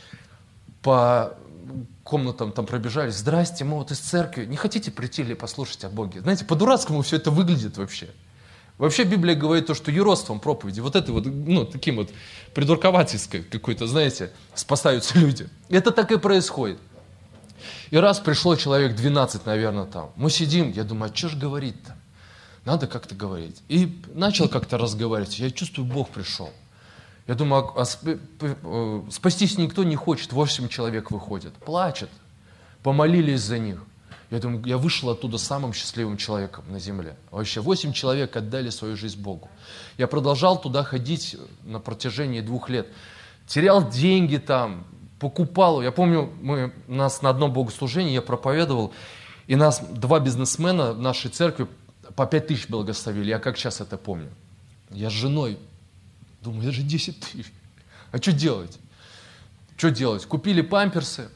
A: По комнатам там пробежались, здрасте, мы из церкви, не хотите прийти или послушать о Боге? Знаете, по-дурацкому все это выглядит вообще. Вообще Библия говорит то, что юродством проповеди, таким придурковательской какой-то, знаете, спасаются люди. Это так и происходит. И раз пришло человек 12, наверное, там, мы сидим, я думаю, а что же говорить-то? Надо как-то говорить. И начал как-то разговаривать, я чувствую, Бог пришел. Я думаю, спастись никто не хочет, 8 человек выходят, плачут, помолились за них. Я думаю, я вышел оттуда самым счастливым человеком на земле. Вообще 8 человек отдали свою жизнь Богу. Я продолжал туда ходить на протяжении 2 лет. Терял деньги там, покупал. Я помню, нас на одном богослужении я проповедовал, и нас 2 бизнесмена в нашей церкви по 5000 благословили. Я как сейчас это помню. Я с женой думаю, это же 10 000. А что делать? Что делать? Купили памперсы.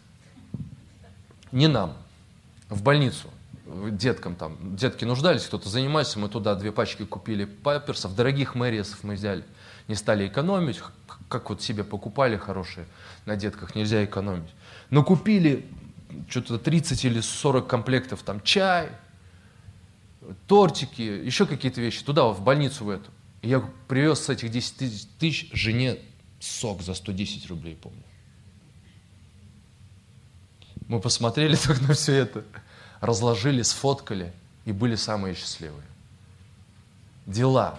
A: Не нам. В больницу. Деткам там. Детки нуждались, кто-то занимается. Мы туда 2 пачки купили памперсов. Дорогих Мэриесов мы взяли. Не стали экономить. Как себе покупали хорошие. На детках нельзя экономить. Но купили что-то 30 или 40 комплектов. Там чай, тортики, еще какие-то вещи. Туда, в больницу в эту. И я привез с этих 10 000 жене сок за 110 рублей, помню. Мы посмотрели так на все это, разложили, сфоткали и были самые счастливые. Дела.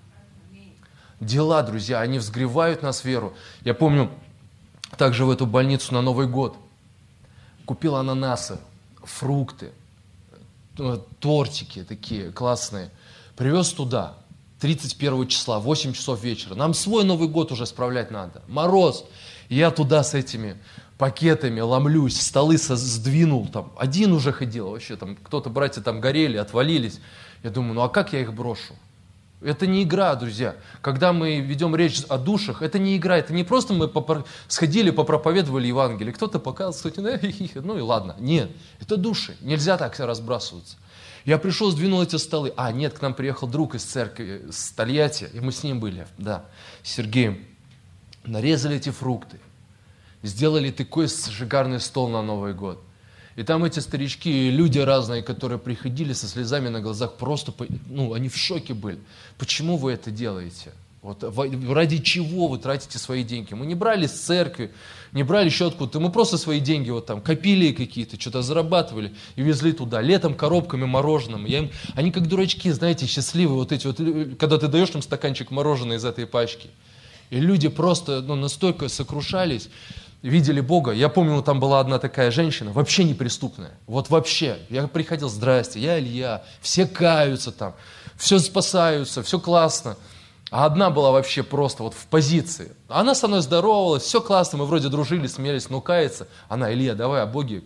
A: Дела, друзья, они взгревают нас веру. Я помню, также в эту больницу на Новый год купил ананасы, фрукты, тортики такие классные. Привез туда. 31 числа, 8 часов вечера. Нам свой Новый год уже справлять надо. Мороз. И я туда с этими пакетами ломлюсь, столы сдвинул. Там. Один уже ходил. Вообще там кто-то, братья там горели, отвалились. Я думаю, а как я их брошу? Это не игра, друзья. Когда мы ведем речь о душах, это не игра. Это не просто мы сходили, попроповедовали Евангелие. Кто-то показывает, и ладно. Нет, это души. Нельзя так разбрасываться. Я пришел, сдвинул эти столы. Нет, к нам приехал друг из церкви, с Тольятти, и мы с ним были, да, с Сергеем. Нарезали эти фрукты, сделали такой шикарный стол на Новый год. И там эти старички и люди разные, которые приходили со слезами на глазах, просто, они в шоке были. Почему вы это делаете? Вот ради чего вы тратите свои деньги? Мы не брали с церкви, не брали еще откуда-то, мы просто свои деньги вот там копили какие-то, что-то зарабатывали и везли туда. Летом коробками мороженым. Они как дурачки, знаете, счастливые вот эти вот, когда ты даешь им стаканчик мороженого из этой пачки. И люди просто настолько сокрушались, видели Бога. Я помню, там была одна такая женщина, вообще неприступная. Вот вообще. Я приходил, здрасте, я Илья. Все каются там, все спасаются, все классно. А одна была вообще просто вот в позиции. Она со мной здоровалась, все классно, мы вроде дружили, смеялись, но кается. Она: Илья, давай о Боге.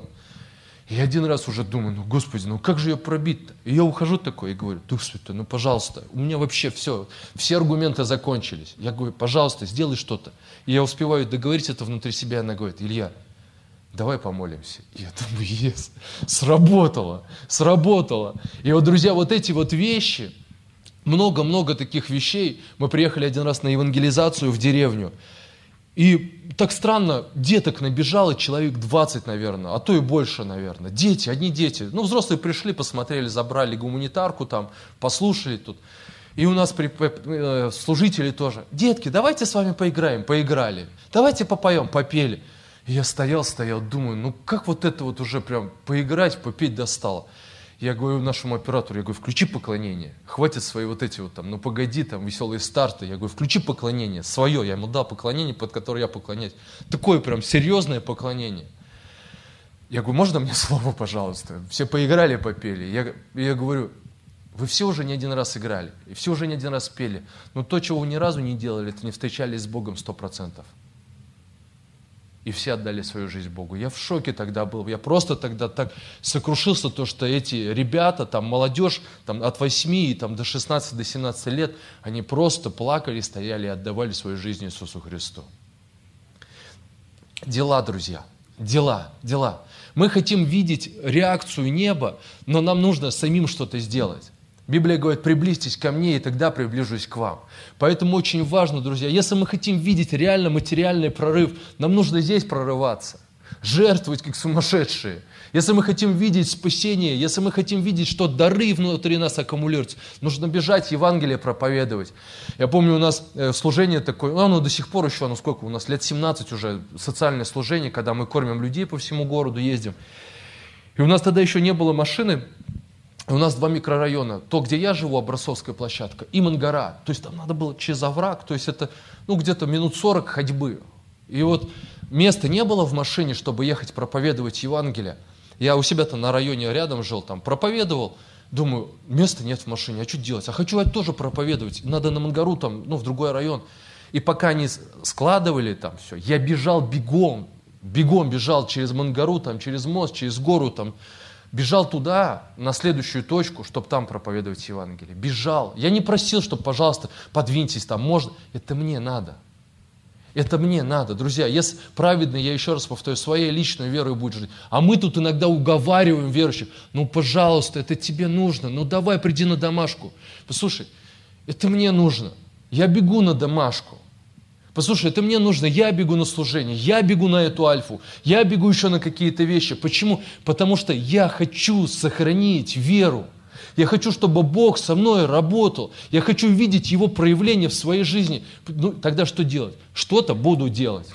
A: И один раз уже думаю, Господи, как же ее пробить-то? И я ухожу такой и говорю: Дух Святой, пожалуйста, у меня вообще все аргументы закончились. Я говорю: пожалуйста, сделай что-то. И я успеваю договорить это внутри себя, она говорит: Илья, давай помолимся. И я думаю: сработало. И вот, друзья, вот эти вот вещи, много-много таких вещей. Мы приехали один раз на евангелизацию в деревню. И так странно, деток набежало человек 20, наверное, а то и больше, наверное. Дети, одни дети. Взрослые пришли, посмотрели, забрали гуманитарку там, послушали тут. И у нас служители тоже: детки, давайте с вами поиграем. Поиграли. Давайте попоем. Попели. И я стоял, думаю, как вот это вот уже прям поиграть, попеть достало. Я говорю нашему оператору, включи поклонение. Хватит свои вот эти вот там, погоди, там, веселые старты. Я говорю: включи поклонение свое. Я ему дал поклонение, под которое я поклоняюсь. Такое прям серьезное поклонение. Я говорю: можно мне слово, пожалуйста? Все поиграли, попели. Я говорю: вы все уже не один раз играли, и все уже не один раз пели. Но то, чего вы ни разу не делали, это не встречались с Богом 100%. И все отдали свою жизнь Богу. Я в шоке тогда был. Я просто тогда так сокрушился, то, что эти ребята, там, молодежь, там, от 8 до 16, до 17 лет, они просто плакали, стояли и отдавали свою жизнь Иисусу Христу. Дела, друзья, дела. Мы хотим видеть реакцию неба, но нам нужно самим что-то сделать. Библия говорит: приблизьтесь ко мне, и тогда приближусь к вам. Поэтому очень важно, друзья, если мы хотим видеть реально материальный прорыв, нам нужно здесь прорываться, жертвовать как сумасшедшие. Если мы хотим видеть спасение, если мы хотим видеть, что дары внутри нас аккумулируются, нужно бежать Евангелие проповедовать. Я помню, у нас служение такое, оно до сих пор еще, сколько у нас, лет 17 уже, социальное служение, когда мы кормим людей по всему городу, ездим. И у нас тогда еще не было машины. У нас 2 микрорайона. То, где я живу, Образцовская площадка, и Мангара. То есть там надо было через овраг, то есть это где-то минут 40 ходьбы. И вот места не было в машине, чтобы ехать проповедовать Евангелие. Я у себя-то на районе рядом жил, там проповедовал. Думаю, места нет в машине, а что делать? А хочу я тоже проповедовать. Надо на Мангару, там, в другой район. И пока они складывали там все, я бежал бегом бежал через Мангару, там, через мост, через гору, там, бежал туда, на следующую точку, чтобы там проповедовать Евангелие. Бежал. Я не просил, чтобы, пожалуйста, подвиньтесь, там можно. Это мне надо. Друзья, если праведный, я еще раз повторю, своей личной верой будет жить. А мы тут иногда уговариваем верующих: пожалуйста, это тебе нужно, давай, приди на домашку. Послушай, это мне нужно. Я бегу на домашку. Послушай, это мне нужно, я бегу на служение, я бегу на эту альфу, я бегу еще на какие-то вещи. Почему? Потому что я хочу сохранить веру. Я хочу, чтобы Бог со мной работал. Я хочу видеть Его проявление в своей жизни. Тогда что делать? Что-то буду делать.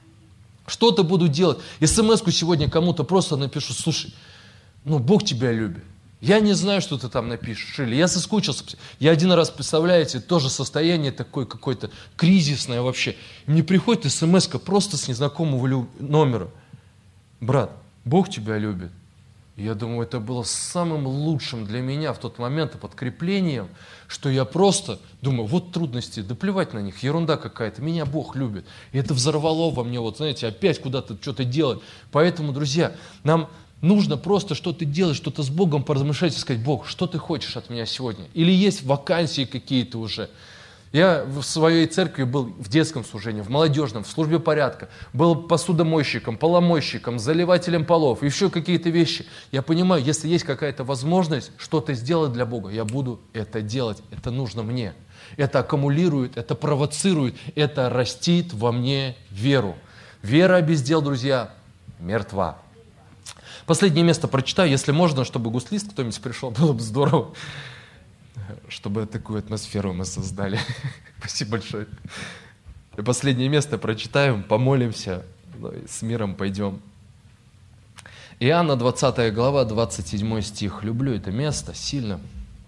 A: СМС-ку сегодня кому-то просто напишу: слушай, Бог тебя любит. Я не знаю, что ты там напишешь, или я соскучился. Я один раз, представляете, тоже состояние такое какое-то кризисное вообще. И мне приходит смс-ка просто с незнакомого номера: брат, Бог тебя любит. И я думаю, это было самым лучшим для меня в тот момент подкреплением, что я просто думаю, вот трудности, да плевать на них, ерунда какая-то, меня Бог любит. И это взорвало во мне, опять куда-то что-то делать. Поэтому, друзья, нам нужно просто что-то делать, что-то с Богом поразмышлять и сказать: Бог, что ты хочешь от меня сегодня? Или есть вакансии какие-то уже? Я в своей церкви был в детском служении, в молодежном, в службе порядка. Был посудомойщиком, поломойщиком, заливателем полов, еще какие-то вещи. Я понимаю, если есть какая-то возможность что-то сделать для Бога, я буду это делать. Это нужно мне. Это аккумулирует, это провоцирует, это растит во мне веру. Вера без дел, друзья, мертва. Последнее место прочитаю, если можно, чтобы гуслист кто-нибудь пришел, было бы здорово. Чтобы такую атмосферу мы создали. Спасибо большое. И последнее место прочитаем, помолимся, ну и с миром пойдем. Иоанна 20 глава, 27 стих. Люблю это место сильно.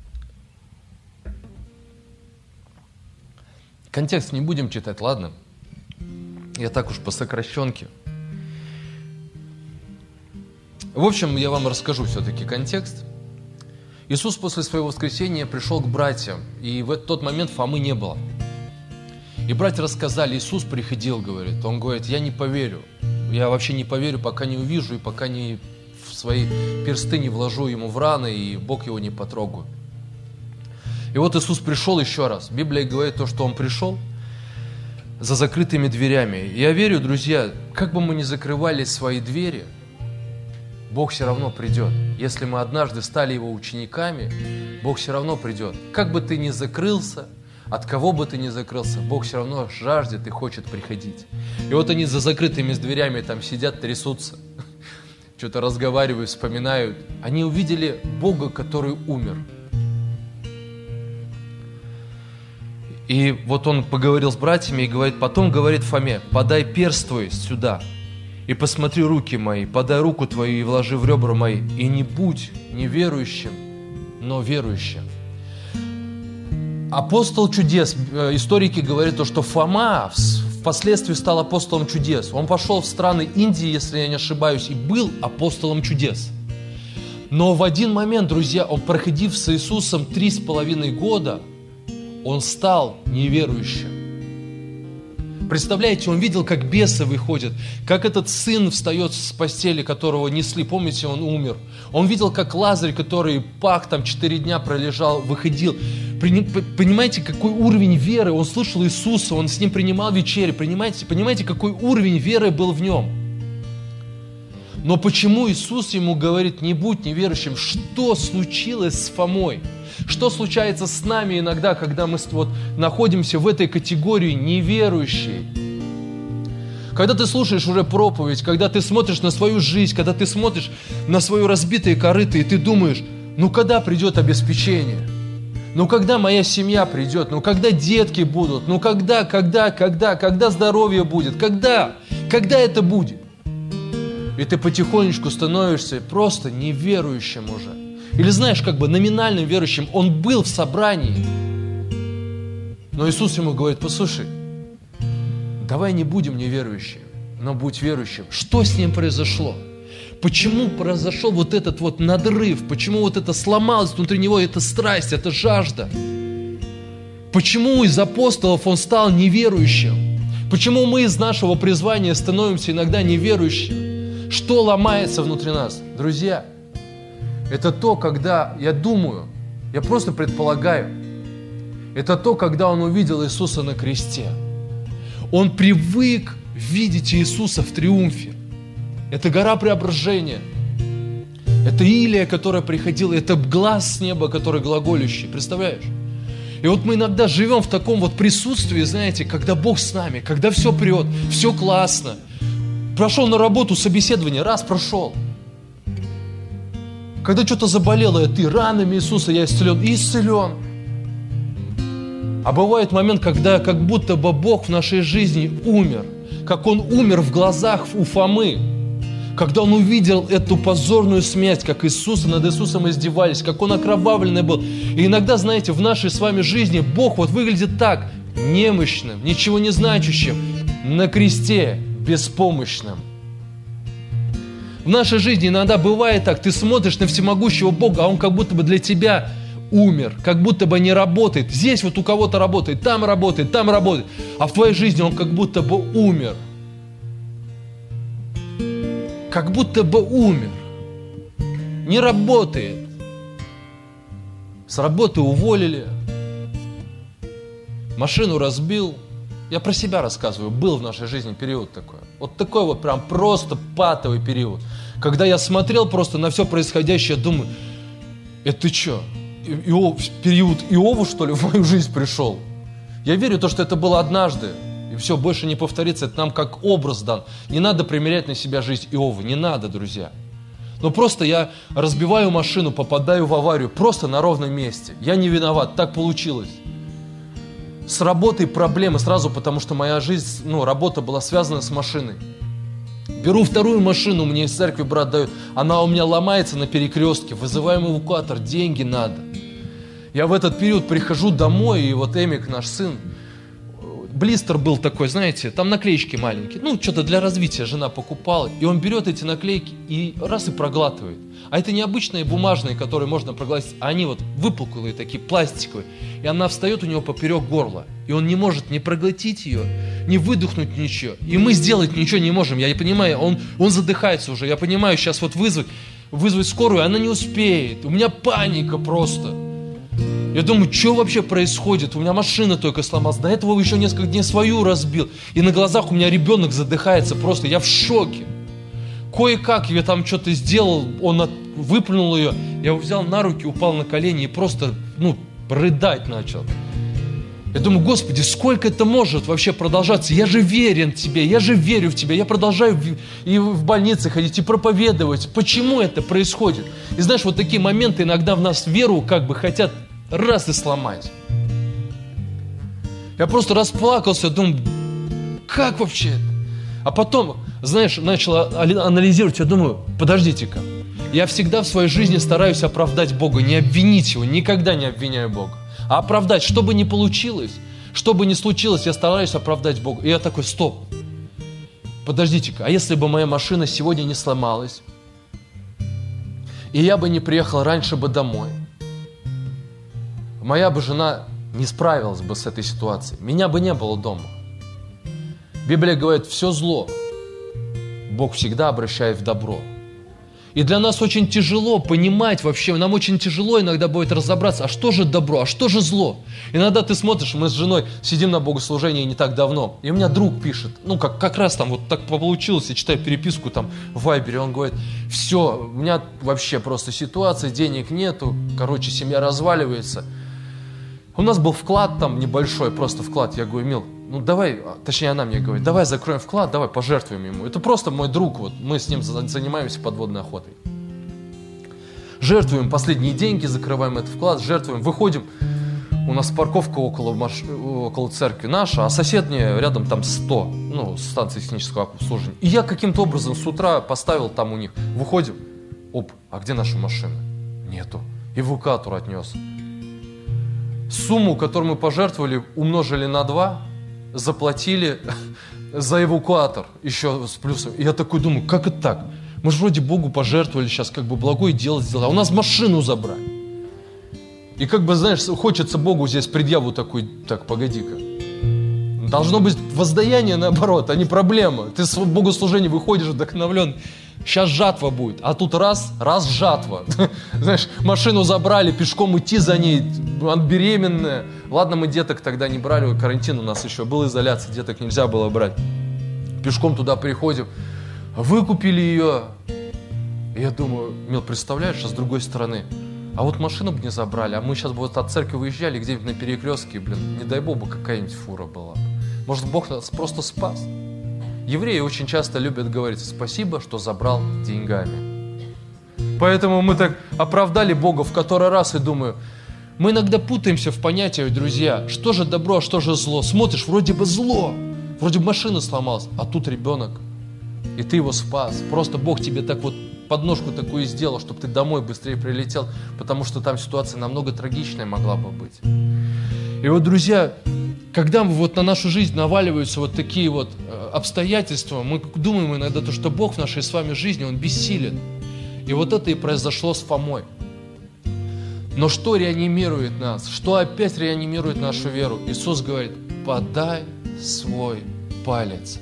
A: Контекст не будем читать, ладно? Я так уж по сокращенке. В общем, я вам расскажу все-таки контекст. Иисус после своего воскресения пришел к братьям, и в тот момент Фомы не было. И братья рассказали, Иисус приходил, говорит, он говорит, я не поверю, я вообще не поверю, пока не увижу, и пока не в свои персты не вложу ему в раны, и Бог его не потрогаю. И вот Иисус пришел еще раз. Библия говорит то, что он пришел за закрытыми дверями. Я верю, друзья, как бы мы ни закрывали свои двери, Бог все равно придет. Если мы однажды стали Его учениками, Бог все равно придет. Как бы ты ни закрылся, от кого бы ты ни закрылся, Бог все равно жаждет и хочет приходить. И вот они за закрытыми дверями там сидят, трясутся, что-то разговаривают, вспоминают. Они увидели Бога, который умер. И вот он поговорил с братьями и говорит, потом говорит Фоме, подай перст твой сюда. И посмотри руки мои, подай руку твою и вложи в ребра мои, и не будь неверующим, но верующим. Апостол чудес. Историки говорят, что Фома впоследствии стал апостолом чудес. Он пошел в страны Индии, если я не ошибаюсь, и был апостолом чудес. Но в один момент, друзья, он, проходив с Иисусом 3,5 года, он стал неверующим. Представляете, он видел, как бесы выходят, как этот сын встает с постели, которого несли, помните, он умер. Он видел, как Лазарь, который пах там 4 дня пролежал, выходил. Понимаете, какой уровень веры? Он слышал Иисуса, он с ним принимал вечерю. Понимаете, какой уровень веры был в нем? Но почему Иисус ему говорит, не будь неверующим? Что случилось с Фомой? Что случается с нами иногда, когда мы вот находимся в этой категории неверующей? Когда ты слушаешь уже проповедь, когда ты смотришь на свою жизнь, когда ты смотришь на свое разбитое корыто, и ты думаешь, ну когда придет обеспечение? Ну когда моя семья придет? Ну когда детки будут? Ну когда здоровье будет? Когда это будет? И ты потихонечку становишься просто неверующим уже. Или знаешь, как бы номинальным верующим. Он был в собрании. Но Иисус ему говорит, послушай, давай не будем неверующими, но будь верующим. Что с ним произошло? Почему произошел вот этот вот надрыв? Почему вот это сломалось внутри него, эта страсть, эта жажда? Почему из апостолов он стал неверующим? Почему мы из нашего призвания становимся иногда неверующими? Что ломается внутри нас? Друзья, это то, когда, я думаю, я просто предполагаю, это то, когда он увидел Иисуса на кресте. Он привык видеть Иисуса в триумфе. Это гора преображения. Это Илия, которая приходила, это глаз с неба, который глаголющий. Представляешь? И вот мы иногда живем в таком вот присутствии, знаете, когда Бог с нами, когда все прет, все классно. Прошел на работу, собеседование, раз прошел. Когда что-то заболело, ты ранами Иисуса, я исцелен, и исцелен. А бывает момент, когда как будто бы Бог в нашей жизни умер, как Он умер в глазах у Фомы, когда он увидел эту позорную смерть, как Иисуса над Иисусом издевались, как Он окровавленный был. И иногда, знаете, в нашей с вами жизни Бог вот выглядит так, немощным, ничего не значащим, на кресте, беспомощным. В нашей жизни иногда бывает так, ты смотришь на всемогущего Бога, а Он как будто бы для тебя умер, как будто бы не работает. Здесь вот у кого-то работает, там работает, а в твоей жизни Он как будто бы умер. Как будто бы умер. Не работает. С работы уволили. машину разбил. Я про себя рассказываю, был в нашей жизни период такой. Вот такой вот прям просто патовый период. Когда я смотрел просто на все происходящее, думаю, это что? Период Иова, что ли, в мою жизнь пришел? Я верю в то, что это было однажды. И все, больше не повторится. Это нам как образ дан. Не надо примерять на себя жизнь Иова. Не надо, друзья. Но просто я разбиваю машину, попадаю в аварию. Просто на ровном месте. Я не виноват. Так получилось. С работой проблемы сразу, потому что моя жизнь, работа была связана с машиной. Беру вторую машину, мне из церкви брат дает. Она у меня ломается на перекрестке. Вызываем эвакуатор, деньги надо. Я в этот период прихожу домой, и вот Эмик, наш сын, блистер был такой, знаете, там наклеечки маленькие. Что-то для развития жена покупала. И он берет эти наклейки и раз и проглатывает. А это не обычные бумажные, которые можно проглотить, а они вот выпуклые такие, пластиковые. И она встает у него поперек горла. И он не может ни проглотить ее, ни выдохнуть ничего. И мы сделать ничего не можем. Я не понимаю, он задыхается уже. Я понимаю, сейчас вот вызвать скорую, она не успеет. У меня паника просто. Я думаю, что вообще происходит? У меня машина только сломалась. До этого еще несколько дней свою разбил. И на глазах у меня ребенок задыхается просто. Я в шоке. Кое-как я там что-то сделал, он выплюнул ее. Я его взял на руки, упал на колени и просто, рыдать начал. Я думаю, Господи, сколько это может вообще продолжаться? Я же верен Тебе, я же верю в Тебя. Я продолжаю и в больнице ходить, и проповедовать. Почему это происходит? И знаешь, вот такие моменты иногда в нас веру хотят раз и сломать. Я просто расплакался, думаю, как вообще это? А потом, знаешь, начал анализировать, я думаю, подождите-ка. Я всегда в своей жизни стараюсь оправдать Бога, не обвинить Его, никогда не обвиняю Бога. А оправдать, что бы ни получилось, что бы ни случилось, я стараюсь оправдать Бога. И я такой, стоп, подождите-ка, а если бы моя машина сегодня не сломалась, и я бы не приехал раньше бы домой, моя бы жена не справилась бы с этой ситуацией, меня бы не было дома. Библия говорит, все зло Бог всегда обращает в добро. И для нас очень тяжело понимать вообще, нам очень тяжело иногда будет разобраться, а что же добро, а что же зло. Иногда ты смотришь, мы с женой сидим на богослужении не так давно, и у меня друг пишет, как раз там вот так получилось, я читаю переписку там в Вайбере, он говорит, все, у меня вообще просто ситуация, денег нету, семья разваливается. У нас был вклад там небольшой, просто вклад, я говорю, Мил, давай, точнее она мне говорит, давай закроем вклад, давай пожертвуем ему. Это просто мой друг, мы с ним занимаемся подводной охотой. Жертвуем последние деньги, закрываем этот вклад, жертвуем, выходим. У нас парковка около церкви наша, а соседняя рядом там 100, станция технического обслуживания. И я каким-то образом с утра поставил там у них. Выходим, а где наша машина? Нету. Эвакуатор отнес. Сумму, которую мы пожертвовали, умножили на 2, заплатили за эвакуатор еще с плюсом. И я такой думаю, как это так? Мы же вроде Богу пожертвовали сейчас, благое дело сделали, а у нас машину забрали. И знаешь, хочется Богу здесь предъяву такой, так, погоди-ка. Должно быть воздаяние наоборот, а не проблема. Ты с богослужения выходишь вдохновлен. Сейчас жатва будет, а тут раз жатва. Знаешь, машину забрали, пешком идти за ней, она беременная. Ладно, мы деток тогда не брали, карантин у нас еще был, изоляция, деток нельзя было брать. Пешком туда приходим, выкупили ее. И я думаю, Мил, представляешь, а с другой стороны, а вот машину бы не забрали, а мы сейчас бы от церкви выезжали где-нибудь на перекрестке, не дай бог бы какая-нибудь фура была. Может, Бог нас просто спас? Евреи очень часто любят говорить, спасибо, что забрал деньгами. Поэтому мы так оправдали Бога в который раз и думаю, мы иногда путаемся в понятиях, друзья, что же добро, а что же зло. Смотришь, вроде бы зло, вроде бы машина сломалась, а тут ребенок, и ты его спас. Просто Бог тебе так вот подножку такую сделал, чтобы ты домой быстрее прилетел, потому что там ситуация намного трагичная могла бы быть. И вот, друзья, когда вот на нашу жизнь наваливаются вот такие вот обстоятельства, мы думаем иногда, что Бог в нашей с вами жизни, Он бессилен. И вот это и произошло с Фомой. Но что реанимирует нас? Что опять реанимирует нашу веру? Иисус говорит, подай свой палец.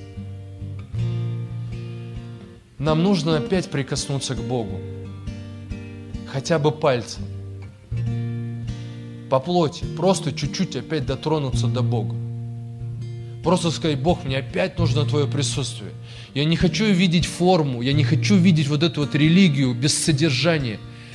A: Нам нужно опять прикоснуться к Богу. Хотя бы пальцем. по плоти, просто чуть-чуть опять дотронуться до Бога. Просто сказать: Бог, мне опять нужно Твое присутствие. Я не хочу видеть форму, я не хочу видеть вот эту вот религию без содержания.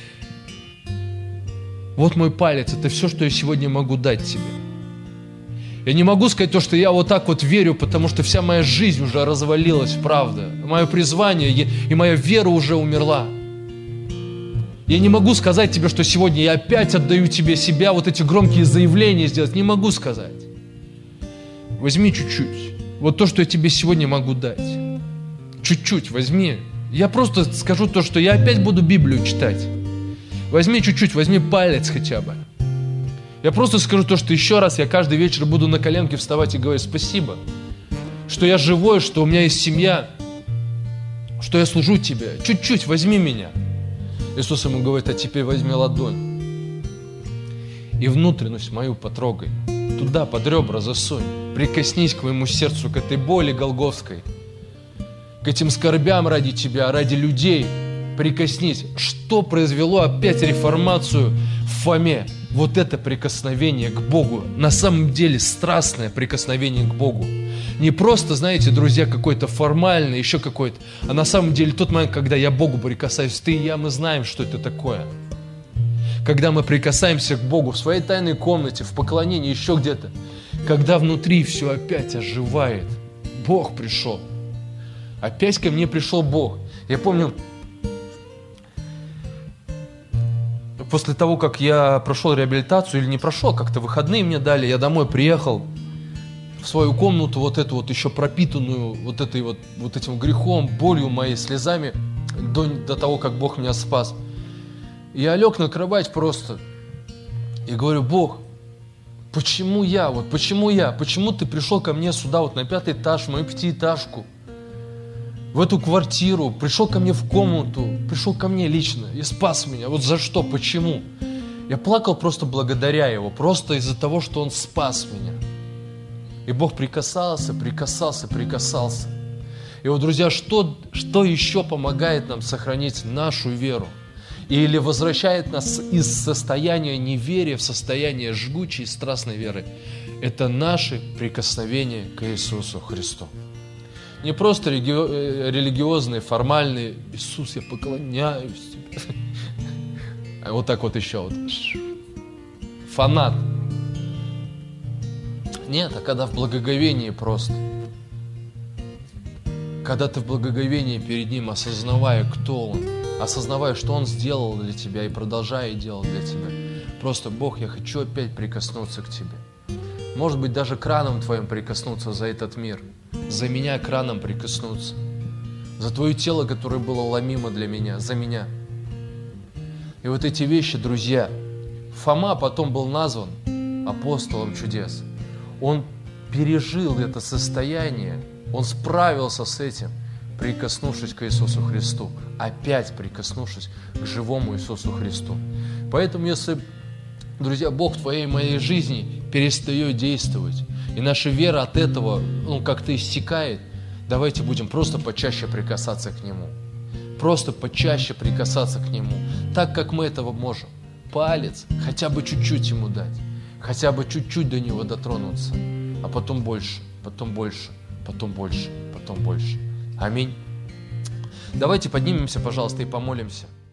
A: Вот мой палец, это все, что я сегодня могу дать Тебе. Я не могу сказать то, что я вот так вот верю, потому что вся моя жизнь уже развалилась, правда. Мое призвание и моя вера уже умерла. Я не могу сказать Тебе, что сегодня я опять отдаю Тебе себя, вот эти громкие заявления сделать. Не могу сказать. Возьми чуть-чуть. Вот то, что я Тебе сегодня могу дать. Чуть-чуть возьми. Я просто скажу то, что я опять буду Библию читать. Возьми чуть-чуть, возьми палец хотя бы. Я просто скажу то, что еще раз я каждый вечер буду на коленке вставать и говорить: спасибо, что я живой, что у меня есть семья, что я служу Тебе. Чуть-чуть возьми меня. Иисус ему говорит: а теперь возьми ладонь и внутренность мою потрогай. Туда, под ребра засунь. Прикоснись к моему сердцу, к этой боли голгофской, к этим скорбям ради Тебя, ради людей. Прикоснись. Что произвело опять реформацию в Фоме? Вот это прикосновение к Богу. На самом деле страстное прикосновение к Богу. Не просто, знаете, друзья, какой-то формальный, еще какой-то, а на самом деле тот момент, когда я Богу прикасаюсь, ты и я, мы знаем, что это такое. Когда мы прикасаемся к Богу в своей тайной комнате, в поклонении, еще где-то, когда внутри все опять оживает. Бог пришел. Опять ко мне пришел Бог. Я помню, после того, как я прошел реабилитацию, или не прошел, как-то выходные мне дали, я домой приехал в свою комнату, вот эту вот еще пропитанную вот этим грехом, болью моей, слезами, до того, как Бог меня спас. Я лег на кровать просто и говорю: Бог, почему я? Почему ты пришел ко мне сюда, вот на 5-й этаж, в мою 5-этажку? В эту квартиру, пришел ко мне в комнату, пришел ко мне лично и спас меня. Вот за что, почему? Я плакал просто благодаря Его, просто из-за того, что Он спас меня. И Бог прикасался. И вот, друзья, что еще помогает нам сохранить нашу веру? Или возвращает нас из состояния неверия в состояние жгучей, страстной веры? Это наши прикосновения к Иисусу Христу. Не просто религиозные, формальные: Иисус, я поклоняюсь Тебе. А вот так вот еще вот. Фанат. Нет, а когда в благоговении просто. Когда ты в благоговении перед Ним, осознавая, кто Он, осознавая, что Он сделал для тебя и продолжает делать для тебя. Просто: Бог, я хочу опять прикоснуться к Тебе. Может быть, даже краном Твоим прикоснуться за этот мир. За меня краном прикоснуться. За Твое тело, которое было ломимо для меня. За меня. И вот эти вещи, друзья, Фома потом был назван апостолом чудес. Он пережил это состояние, он справился с этим, прикоснувшись к Иисусу Христу. Опять прикоснувшись к живому Иисусу Христу. Поэтому, если, друзья, Бог в твоей и моей жизни перестает действовать, и наша вера от этого, как-то иссякает, давайте будем просто почаще прикасаться к Нему. Просто почаще прикасаться к Нему, так как мы этого можем. Палец, хотя бы чуть-чуть Ему дать, хотя бы чуть-чуть до Него дотронуться, а потом больше, потом больше, потом больше, потом больше. Аминь. Давайте поднимемся, пожалуйста, и помолимся.